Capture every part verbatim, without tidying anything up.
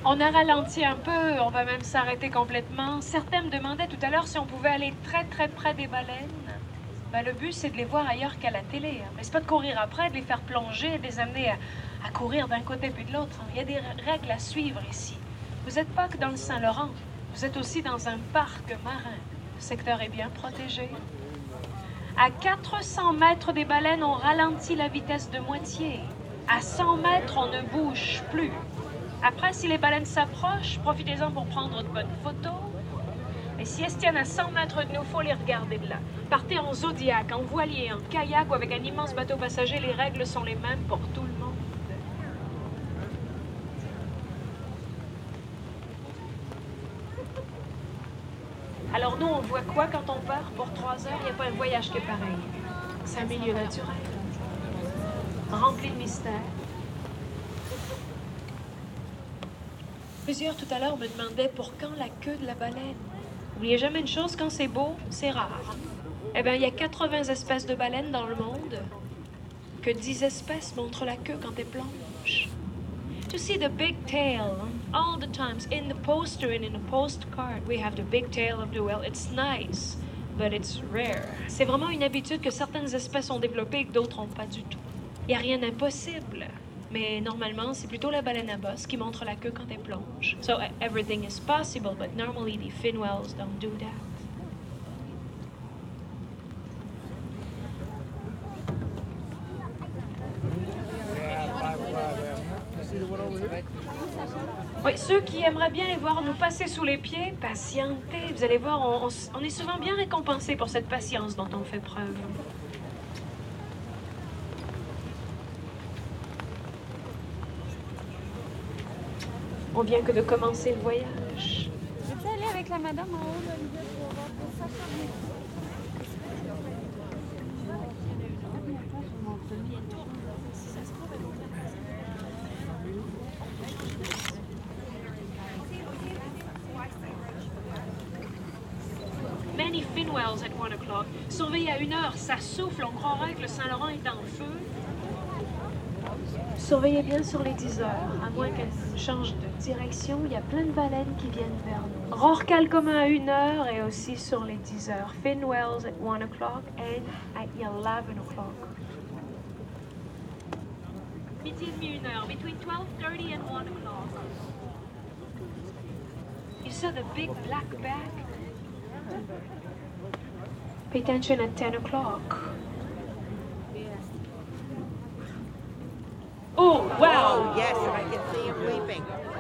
On a ralenti un peu, on va même s'arrêter complètement. Certains me demandaient tout à l'heure si on pouvait aller très très près des baleines. Ben, le but, c'est de les voir ailleurs qu'à la télé. Hein. Mais c'est pas de courir après, de les faire plonger, de les amener à, à courir d'un côté puis de l'autre. Il y a des règles à suivre ici. Vous n'êtes pas que dans le Saint-Laurent, vous êtes aussi dans un parc marin. Le secteur est bien protégé. À quatre cents mètres des baleines, on ralentit la vitesse de moitié. À cent mètres, on ne bouge plus. Après, si les baleines s'approchent, profitez-en pour prendre de bonnes photos. Et si elles se tiennent à cent mètres de nous, il faut les regarder de là. Partez en Zodiac, en voilier, en kayak ou avec un immense bateau passager, les règles sont les mêmes pour tout le monde. Alors nous, on voit quoi quand on part pour trois heures? Il n'y a pas un voyage qui est pareil. C'est un milieu naturel, rempli de mystères. Plusieurs tout à l'heure me demandaient pour quand la queue de la baleine. N'oubliez jamais une chose, quand c'est beau, c'est rare. Eh bien, il y a quatre-vingts espèces de baleines dans le monde, que dix espèces montrent la queue quand elles plongent. To see the big tail, all the times, in the poster and in the postcard, we have the big tail of the whale. It's nice, but it's rare. C'est vraiment une habitude que certaines espèces ont développée et que d'autres n'ont pas du tout. Il n'y a rien d'impossible. Mais normalement, c'est plutôt la baleine à bosse qui montre la queue quand elle plonge. So everything is possible, but normally the fin whales don't do that. Oui, ceux qui aimeraient bien les voir nous passer sous les pieds, patientez. Vous allez voir, on, on, on est souvent bien récompensé pour cette patience dont on fait preuve. On vient que de commencer le voyage. Veux-tu aller avec la madame en haut, Olivia, pour voir tout ça? Many fin whales at one o'clock. Surveillé à une heure, ça souffle, on croirait que le Saint-Laurent est en feu. Surveillez bien sur les dix heures, à moins qu'elles changent de direction, il y a plein de baleines qui viennent vers nous. Rorqual commun à une heure et aussi sur les dix heures. Fin whales at one o'clock and at eleven o'clock. Midi et demi, une heure, between twelve thirty and one o'clock. You saw the big black bag? Pay attention at ten o'clock. Oh, wow! Oh, yes, and I can see him leaping.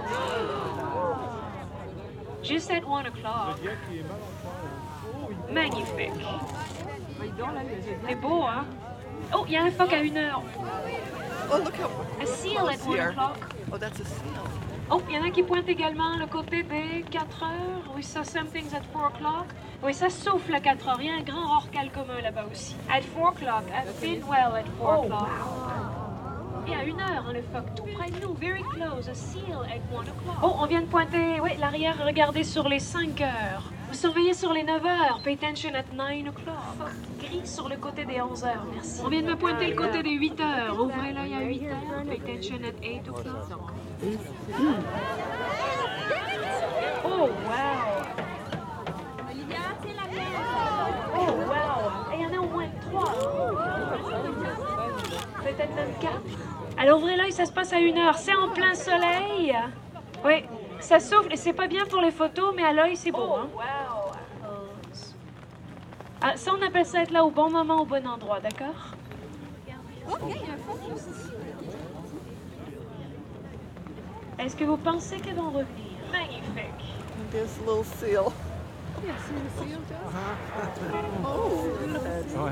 Just at one o'clock. Magnifique. C'est beau, hein? Oh, il y a un phoque à une heure. Oh, look how... A seal at one o'clock. Oh, that's a seal. Oh, il y en a qui pointent également le côté des quatre heures. We saw some things at four o'clock. Oui, ça souffle à quatre heures. Il y a un grand rorqual commun là-bas aussi. At four o'clock, at fin whale at four o'clock. Et à une heure, hein, le phoque, tout près de nous, very close, a seal at one o'clock. Oh, on vient de pointer, oui, l'arrière, regardez sur les cinq heures. Vous surveillez sur les neuf heures, pay attention at nine o'clock. Phoque gris sur le côté des onze heures, merci. On vient de me pointer le côté des huit heures. Ouvrez l'œil à huit heures, pay attention at eight o'clock. Oh, wow! Olivia, c'est la mienne. Oh, wow! Et il y en a au moins trois. Peut-être même quatre. Alors ouvrez l'œil, ça se passe à une heure. C'est en plein soleil. Oui, ça souffle et c'est pas bien pour les photos, mais à l'œil, c'est beau. Hein? Ah, ça, on appelle ça être là au bon moment, au bon endroit, d'accord? Oh, regarde, il y a un fond aussi. Est-ce que vous pensez qu'elles vont revenir? Magnifique. And there's a little seal. Yeah, see the seal, Jess? Oh,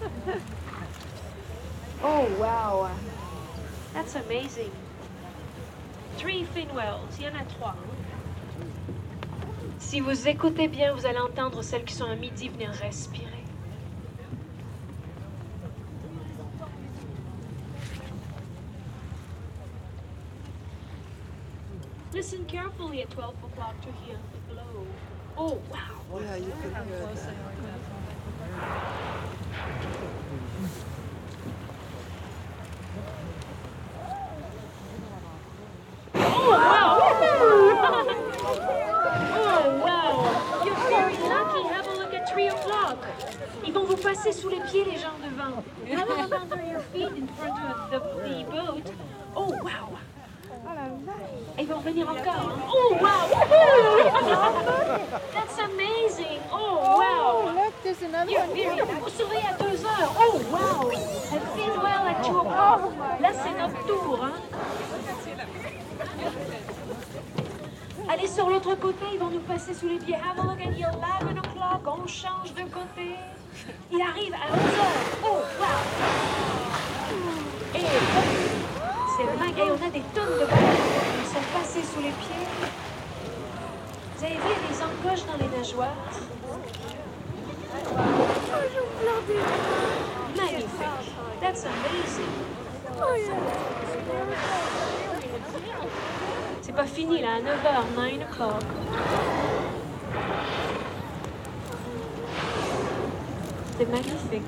Oh, wow. That's amazing. Three fin whales. Il y en a trois. Si vous écoutez bien, vous allez entendre celles qui sont à midi venir respirer. Listen carefully at twelve o'clock to hear the blow. Oh, wow. yeah, you can hear that. Oh, wow. clock. Ils vont vous passer sous les pieds, les gens devant. Have a look under your feet in front of the, the boat. Oh, wow. Ils vont venir encore. Hein? Oh, wow. That's amazing. Oh, wow. Look, there's another You're one. very... Vous surveillez à deux heures. Oh, wow. And feed well at two o'clock. Là, c'est notre tour. Hein? Allez sur l'autre côté, ils vont nous passer sous les pieds. Have a look at eleven o'clock. On change de côté. Il arrive à onze heures. Oh, wow. Et c'est dingue. Et on a des tonnes de baleines qui sont passées sous les pieds. Vous avez vu, il y a des encoches dans les nageoires. Magnifique. That's amazing. C'est pas fini là, à neuf heures, nine o'clock. C'est magnifique.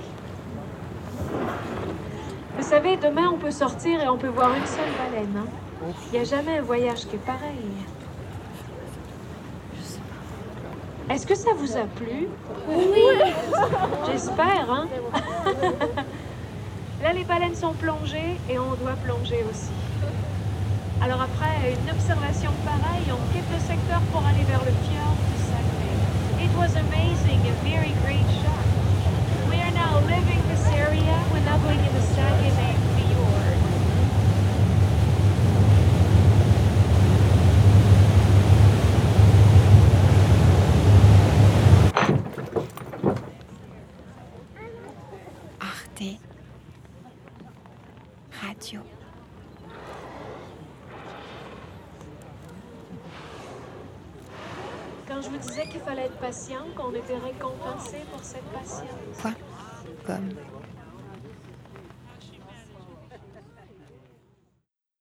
Vous savez, demain on peut sortir et on peut voir une seule baleine. Hein? Il n'y a jamais un voyage qui est pareil. Est-ce que ça vous a plu? Oui. J'espère, hein? Là, les baleines sont plongées et on doit plonger aussi. Alors après une observation pareille, on quitte le secteur pour aller vers le fjord du Saguenay. It was amazing, a very great shot. We are now leaving this area. We're now going in the Saguenay fjord. Arte Radio. Quand je vous disais qu'il fallait être patient, qu'on était récompensé pour cette patience. Quoi? Comme